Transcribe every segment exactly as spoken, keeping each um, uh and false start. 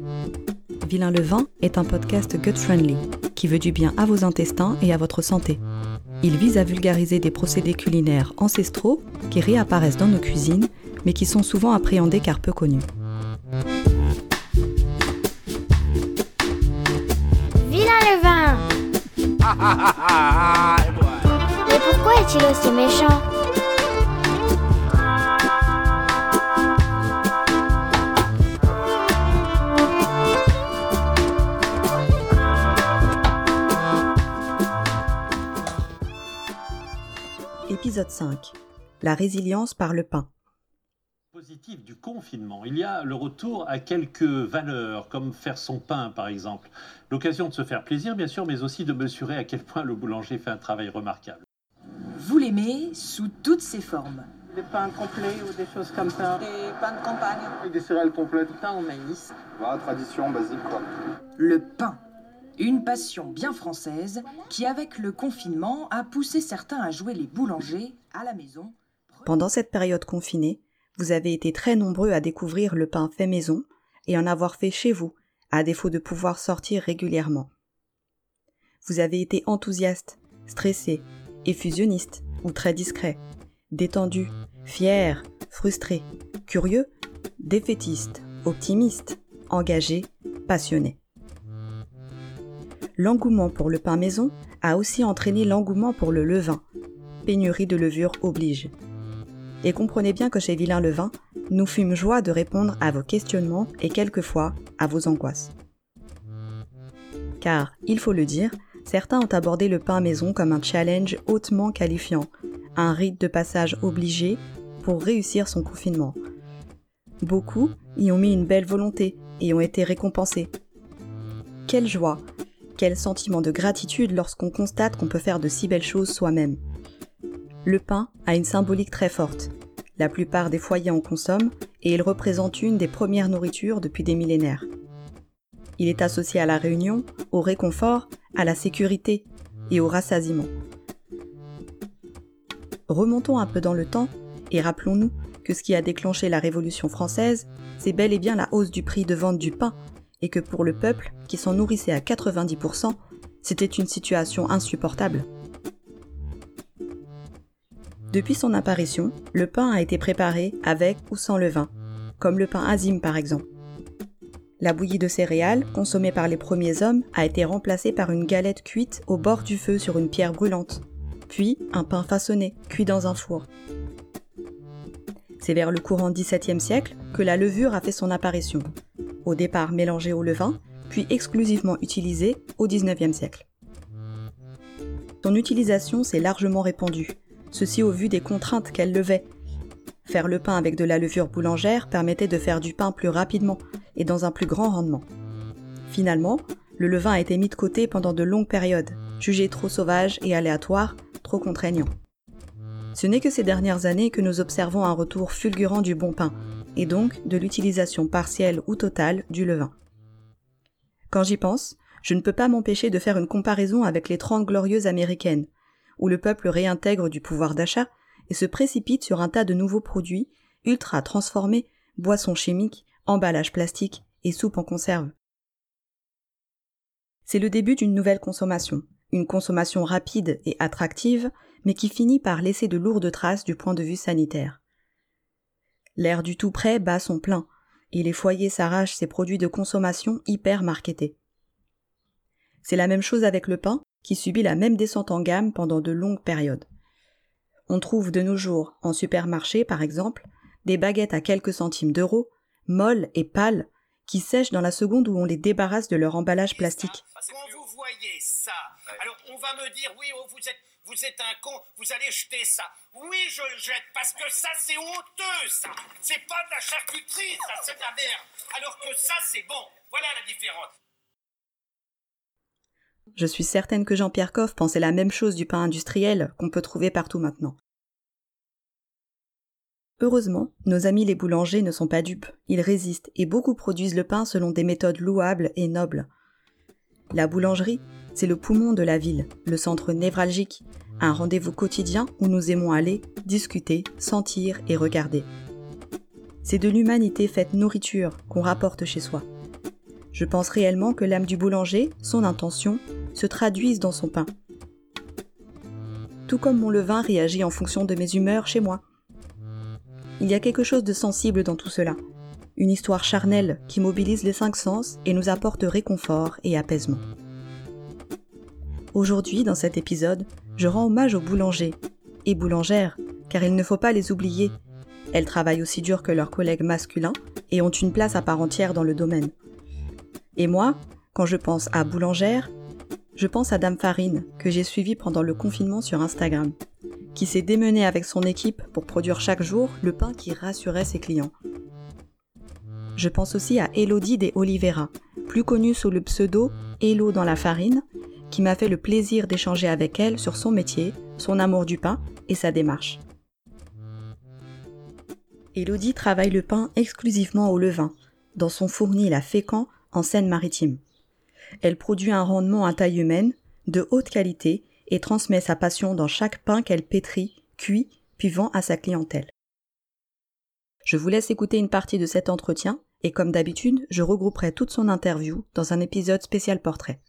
Vilain le vin est un podcast gut-friendly qui veut du bien à vos intestins et à votre santé. Il vise à vulgariser des procédés culinaires ancestraux qui réapparaissent dans nos cuisines, mais qui sont souvent appréhendés car peu connus. Vilain le vin! Mais pourquoi est-il aussi méchant? Épisode cinq. La résilience par le pain. Positif du confinement, il y a le retour à quelques valeurs, comme faire son pain par exemple. L'occasion de se faire plaisir bien sûr, mais aussi de mesurer à quel point le boulanger fait un travail remarquable. Vous l'aimez sous toutes ses formes. Des pains complets ou des choses comme ça. Des pains de campagne. Avec des céréales complètes. Du pain au maïs. Voilà, tradition basique quoi. Le pain. Une passion bien française qui, avec le confinement, a poussé certains à jouer les boulangers à la maison. Pendant cette période confinée, vous avez été très nombreux à découvrir le pain fait maison et en avoir fait chez vous, à défaut de pouvoir sortir régulièrement. Vous avez été enthousiastes, stressés, effusionnistes ou très discrets, détendus, fiers, frustrés, curieux, défaitistes, optimistes, engagés, passionnés. L'engouement pour le pain maison a aussi entraîné l'engouement pour le levain. Pénurie de levure oblige. Et comprenez bien que chez Vilain le vin, nous fûmes joie de répondre à vos questionnements et quelquefois à vos angoisses. Car, il faut le dire, certains ont abordé le pain maison comme un challenge hautement qualifiant, un rite de passage obligé pour réussir son confinement. Beaucoup y ont mis une belle volonté et ont été récompensés. Quelle joie! Quel sentiment de gratitude lorsqu'on constate qu'on peut faire de si belles choses soi-même. Le pain a une symbolique très forte. La plupart des foyers en consomment et il représente une des premières nourritures depuis des millénaires. Il est associé à la réunion, au réconfort, à la sécurité et au rassasiement. Remontons un peu dans le temps et rappelons-nous que ce qui a déclenché la Révolution française, c'est bel et bien la hausse du prix de vente du pain et que pour le peuple, qui s'en nourrissait à quatre-vingt-dix pour cent, c'était une situation insupportable. Depuis son apparition, le pain a été préparé avec ou sans levain, comme le pain azime par exemple. La bouillie de céréales, consommée par les premiers hommes, a été remplacée par une galette cuite au bord du feu sur une pierre brûlante, puis un pain façonné, cuit dans un four. C'est vers le courant dix-septième siècle que la levure a fait son apparition, au départ mélangée au levain, puis exclusivement utilisée au dix-neuvième siècle. Son utilisation s'est largement répandue, ceci au vu des contraintes qu'elle levait. Faire le pain avec de la levure boulangère permettait de faire du pain plus rapidement et dans un plus grand rendement. Finalement, le levain a été mis de côté pendant de longues périodes, jugé trop sauvage et aléatoire, trop contraignant. Ce n'est que ces dernières années que nous observons un retour fulgurant du bon pain, et donc de l'utilisation partielle ou totale du levain. Quand j'y pense, je ne peux pas m'empêcher de faire une comparaison avec les Trente Glorieuses américaines, où le peuple réintègre du pouvoir d'achat et se précipite sur un tas de nouveaux produits, ultra transformés, boissons chimiques, emballages plastiques et soupes en conserve. C'est le début d'une nouvelle consommation, une consommation rapide et attractive, mais qui finit par laisser de lourdes traces du point de vue sanitaire. L'ère du tout prêt bat son plein, et les foyers s'arrachent ces produits de consommation hyper marketés. C'est la même chose avec le pain, qui subit la même descente en gamme pendant de longues périodes. On trouve de nos jours, en supermarché par exemple, des baguettes à quelques centimes d'euros, molles et pâles, qui sèchent dans la seconde où on les débarrasse de leur emballage plastique. Quand vous voyez ça, alors on va me dire, oui, oh, vous êtes... Vous êtes un con, vous allez jeter ça. Oui, je le jette, parce que ça, c'est honteux, ça. C'est pas de la charcuterie, ça, c'est de la merde. Alors que ça, c'est bon. Voilà la différence. Je suis certaine que Jean-Pierre Coff pensait la même chose du pain industriel qu'on peut trouver partout maintenant. Heureusement, nos amis les boulangers ne sont pas dupes. Ils résistent et beaucoup produisent le pain selon des méthodes louables et nobles. La boulangerie, c'est le poumon de la ville, le centre névralgique, un rendez-vous quotidien où nous aimons aller, discuter, sentir et regarder. C'est de l'humanité faite nourriture qu'on rapporte chez soi. Je pense réellement que l'âme du boulanger, son intention, se traduisent dans son pain. Tout comme mon levain réagit en fonction de mes humeurs chez moi. Il y a quelque chose de sensible dans tout cela. Une histoire charnelle qui mobilise les cinq sens et nous apporte réconfort et apaisement. Aujourd'hui, dans cet épisode, je rends hommage aux boulangers et boulangères, car il ne faut pas les oublier. Elles travaillent aussi dur que leurs collègues masculins et ont une place à part entière dans le domaine. Et moi, quand je pense à boulangère, je pense à Dame Farine, que j'ai suivie pendant le confinement sur Instagram, qui s'est démenée avec son équipe pour produire chaque jour le pain qui rassurait ses clients. Je pense aussi à Elodie de Oliveira, plus connue sous le pseudo Elo dans la farine, qui m'a fait le plaisir d'échanger avec elle sur son métier, son amour du pain et sa démarche. Elodie travaille le pain exclusivement au levain, dans son fournil La Fécamp en Seine-Maritime. Elle produit un rendement à taille humaine, de haute qualité, et transmet sa passion dans chaque pain qu'elle pétrit, cuit, puis vend à sa clientèle. Je vous laisse écouter une partie de cet entretien, et comme d'habitude, je regrouperai toute son interview dans un épisode spécial portrait.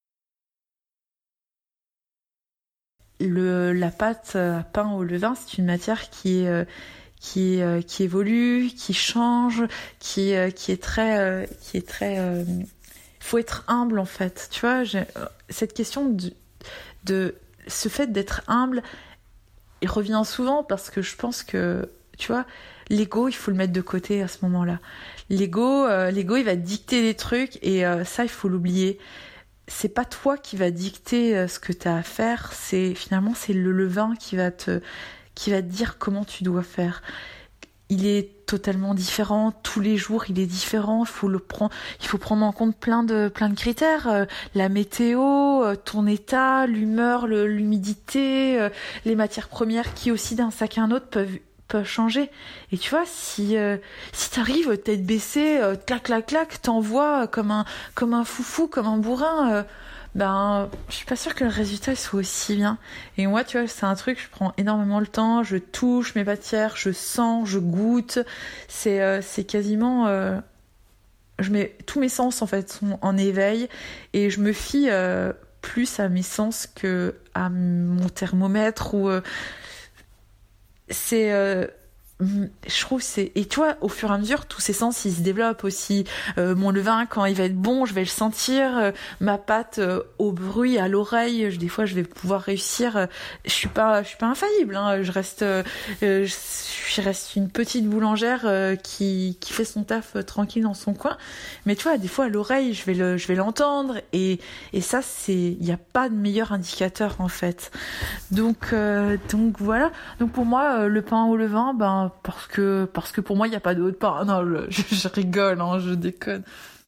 Le, la pâte à pain au levain, c'est une matière qui est, euh, qui, euh, qui évolue, qui change, qui, euh, qui est très... Euh, qui est très euh, faut être humble en fait. Tu vois, j'ai, euh, cette question de, de... Ce fait d'être humble, il revient souvent parce que je pense que, tu vois, l'ego, il faut le mettre de côté à ce moment-là. L'ego, euh, l'ego, il va te dicter des trucs et euh, ça, il faut l'oublier. C'est pas toi qui va dicter euh, ce que tu as à faire, c'est finalement c'est le levain qui va te qui va te dire comment tu dois faire. Il est totalement différent, tous les jours il est différent, il faut le prendre, il faut prendre en compte plein de plein de critères, euh, la météo, euh, ton état, l'humeur, le, l'humidité, euh, les matières premières qui aussi d'un sac à un autre peuvent peuvent changer. Et tu vois, si euh, si t'arrives tête baissée, euh, clac clac clac, t'envoies comme un comme un foufou, comme un bourrin, euh, ben je suis pas sûre que le résultat soit aussi bien. Et moi, tu vois, c'est un truc, je prends énormément le temps, je touche mes matières, je sens, je goûte. C'est euh, c'est quasiment euh, je mets tous mes sens en fait sont en éveil et je me fie euh, plus à mes sens que à mon thermomètre ou euh, c'est euh, je trouve c'est et tu vois au fur et à mesure tous ces sens ils se développent aussi euh, mon levain quand il va être bon je vais le sentir euh, ma pâte euh, au bruit à l'oreille je, des fois je vais pouvoir réussir euh, je suis pas je suis pas infaillible hein, je reste euh, je, je reste une petite boulangère euh, qui qui fait son taf euh, tranquille dans son coin mais tu vois des fois à l'oreille je vais le je vais l'entendre et et ça c'est il y a pas de meilleur indicateur en fait donc euh, donc voilà donc pour moi euh, le pain au levain ben parce que parce que pour moi il n'y a pas d'autre pain. Non, je, je rigole, hein, je déconne.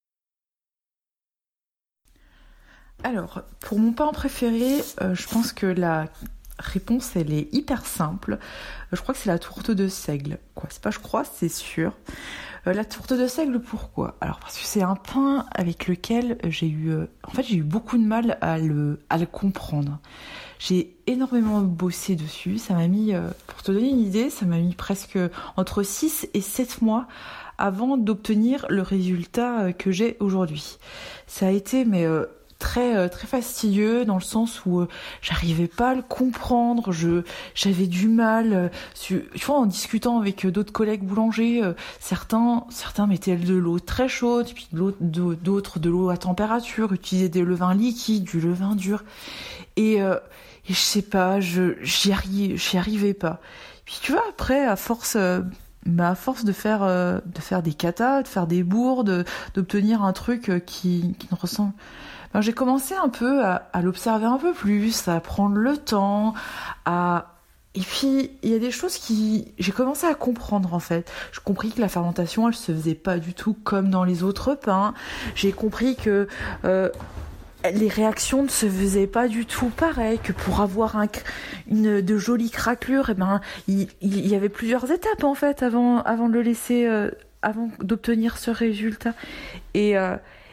Alors, pour mon pain préféré, euh, je pense que la réponse elle est hyper simple. Je crois que c'est la tourte de seigle. Quoi, c'est pas je crois, c'est sûr. Euh, la tourte de seigle, pourquoi ? Alors parce que c'est un pain avec lequel j'ai eu, euh, en fait j'ai eu beaucoup de mal à le à le comprendre. J'ai énormément bossé dessus, ça m'a mis, euh, pour te donner une idée, ça m'a mis presque entre six et sept mois avant d'obtenir le résultat euh, que j'ai aujourd'hui. Ça a été mais euh, très euh, très fastidieux dans le sens où euh, j'arrivais pas à le comprendre, je j'avais du mal euh, su, tu vois en discutant avec euh, d'autres collègues boulangers, euh, certains certains mettaient de l'eau très chaude, puis de l'eau, de, d'autres de l'eau à température, utilisaient des levains liquides, du levain dur et euh, Et je sais pas, je j'y arrivais, j'y arrivais pas. Puis tu vois, après, à force, euh, bah à force de faire euh, de faire des katas, de faire des bourdes, d'obtenir un truc euh, qui qui ne ressemble. Ben, j'ai commencé un peu à, à l'observer un peu plus, à prendre le temps, à et puis il y a des choses qui j'ai commencé à comprendre en fait. J'ai compris que la fermentation, elle se faisait pas du tout comme dans les autres pains. J'ai compris que euh, les réactions ne se faisaient pas du tout pareil, que pour avoir un, une, de jolies craquelures, eh ben, il, il y avait plusieurs étapes en fait avant, avant de le laisser, euh, avant d'obtenir ce résultat. Et, euh,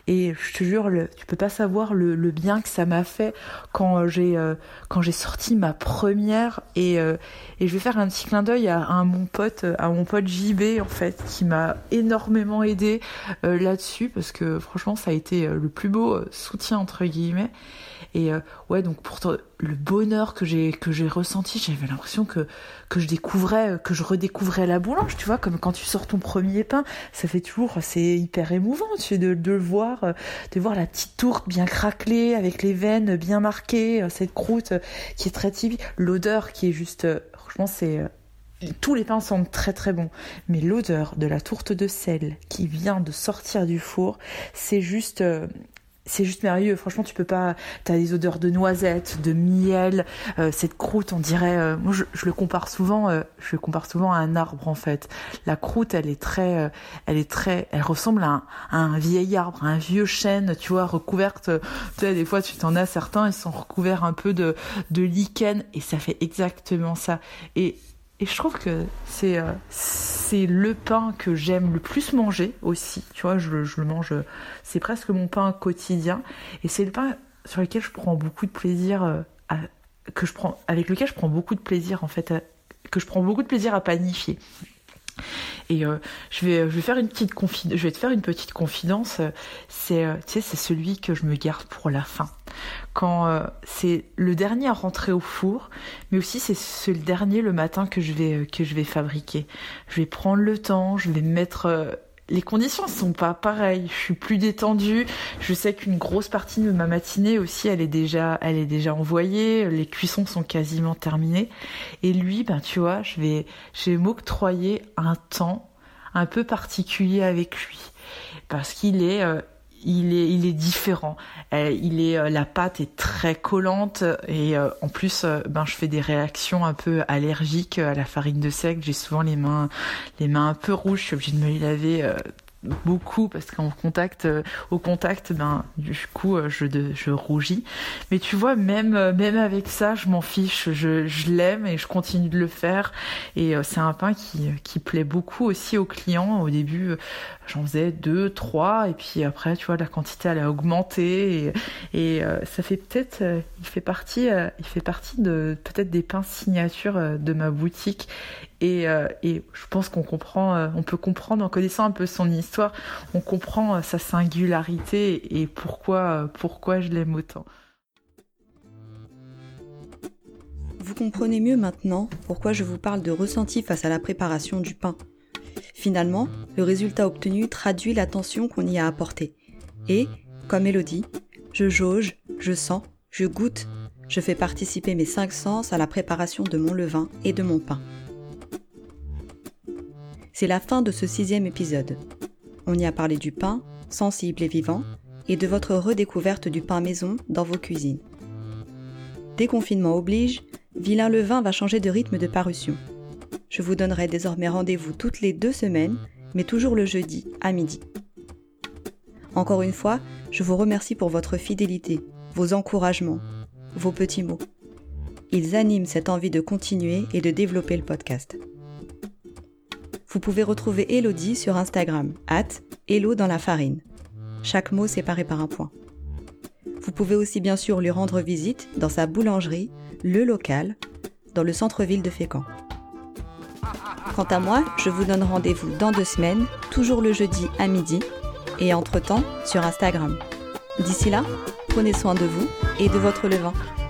Et je te jure, le, tu peux pas savoir le, le bien que ça m'a fait quand j'ai euh, quand j'ai sorti ma première. Et euh, et je vais faire un petit clin d'œil à, à mon pote, à mon pote J B en fait, qui m'a énormément aidé euh, là-dessus, parce que franchement, ça a été le plus beau soutien entre guillemets. Et euh, ouais, donc pour te, le bonheur que j'ai que j'ai ressenti, j'avais l'impression que que je découvrais, que je redécouvrais la boulange, tu vois, comme quand tu sors ton premier pain, ça fait toujours, c'est hyper émouvant, tu sais, de, de le voir, de voir la petite tourte bien craquelée, avec les veines bien marquées, cette croûte qui est très typique, l'odeur qui est juste, franchement, c'est tous les pains sentent très très bons, mais l'odeur de la tourte de sel qui vient de sortir du four, c'est juste c'est juste merveilleux. Franchement, tu peux pas, t'as des odeurs de noisettes, de miel, euh, cette croûte, on dirait, euh, moi je, je le compare souvent, euh, je le compare souvent à un arbre en fait. La croûte, elle est très, euh, elle est très, elle ressemble à un, à un vieil arbre, à un vieux chêne, tu vois, recouverte, euh, tu sais, des fois tu t'en as certains, ils sont recouverts un peu de, de lichen, et ça fait exactement ça. Et Et je trouve que c'est, euh, c'est le pain que j'aime le plus manger aussi. Tu vois, je, je le mange, c'est presque mon pain quotidien. Et c'est le pain sur lequel je prends beaucoup de plaisir, euh, à, que je prends, avec lequel je prends beaucoup de plaisir en fait, à, que je prends beaucoup de plaisir à panifier. Et euh, je vais, je vais faire une petite confidence, je vais te faire une petite confidence. C'est, euh, tu sais, c'est celui que je me garde pour la fin. Quand euh, c'est le dernier à rentrer au four, mais aussi c'est ce le dernier le matin que je vais que je vais fabriquer. Je vais prendre le temps, je vais me mettre. Euh, les conditions sont pas pareilles. Je suis plus détendue. Je sais qu'une grosse partie de ma matinée aussi, elle est déjà, elle est déjà envoyée. Les cuissons sont quasiment terminées. Et lui, ben tu vois, je vais, je vais m'octroyer un temps un peu particulier avec lui parce qu'il est euh, Il est, il est différent. Euh, il est, euh, la pâte est très collante et euh, en plus, euh, ben je fais des réactions un peu allergiques à la farine de seigle. J'ai souvent les mains, les mains un peu rouges. Je suis obligée de me les laver euh, beaucoup parce qu'en contact, euh, au contact, ben du coup, euh, je, de, je rougis. Mais tu vois, même, euh, même avec ça, je m'en fiche. Je, je l'aime et je continue de le faire. Et euh, c'est un pain qui, qui plaît beaucoup aussi aux clients. Au début, euh, j'en faisais deux, trois, et puis après, tu vois, la quantité elle a augmenté, et, et euh, ça fait peut-être, euh, il fait partie, euh, il fait partie de peut-être des pains signature euh, de ma boutique, et, euh, et je pense qu'on comprend, euh, on peut comprendre en connaissant un peu son histoire, on comprend euh, sa singularité et pourquoi, euh, pourquoi je l'aime autant. Vous comprenez mieux maintenant pourquoi je vous parle de ressenti face à la préparation du pain. Finalement, le résultat obtenu traduit l'attention qu'on y a apportée. Et, comme Elodie, je jauge, je sens, je goûte, je fais participer mes cinq sens à la préparation de mon levain et de mon pain. C'est la fin de ce sixième épisode. On y a parlé du pain, sensible et vivant, et de votre redécouverte du pain maison dans vos cuisines. Déconfinement oblige, Vilain Levain va changer de rythme de parution. Je vous donnerai désormais rendez-vous toutes les deux semaines, mais toujours le jeudi à midi. Encore une fois, je vous remercie pour votre fidélité, vos encouragements, vos petits mots. Ils animent cette envie de continuer et de développer le podcast. Vous pouvez retrouver Elodie sur Instagram, arobase Elo dans la farine. Chaque mot séparé par un point. Vous pouvez aussi bien sûr lui rendre visite dans sa boulangerie, Le Local, dans le centre-ville de Fécamp. Quant à moi, je vous donne rendez-vous dans deux semaines, toujours le jeudi à midi, et entre-temps sur Instagram. D'ici là, prenez soin de vous et de votre levain.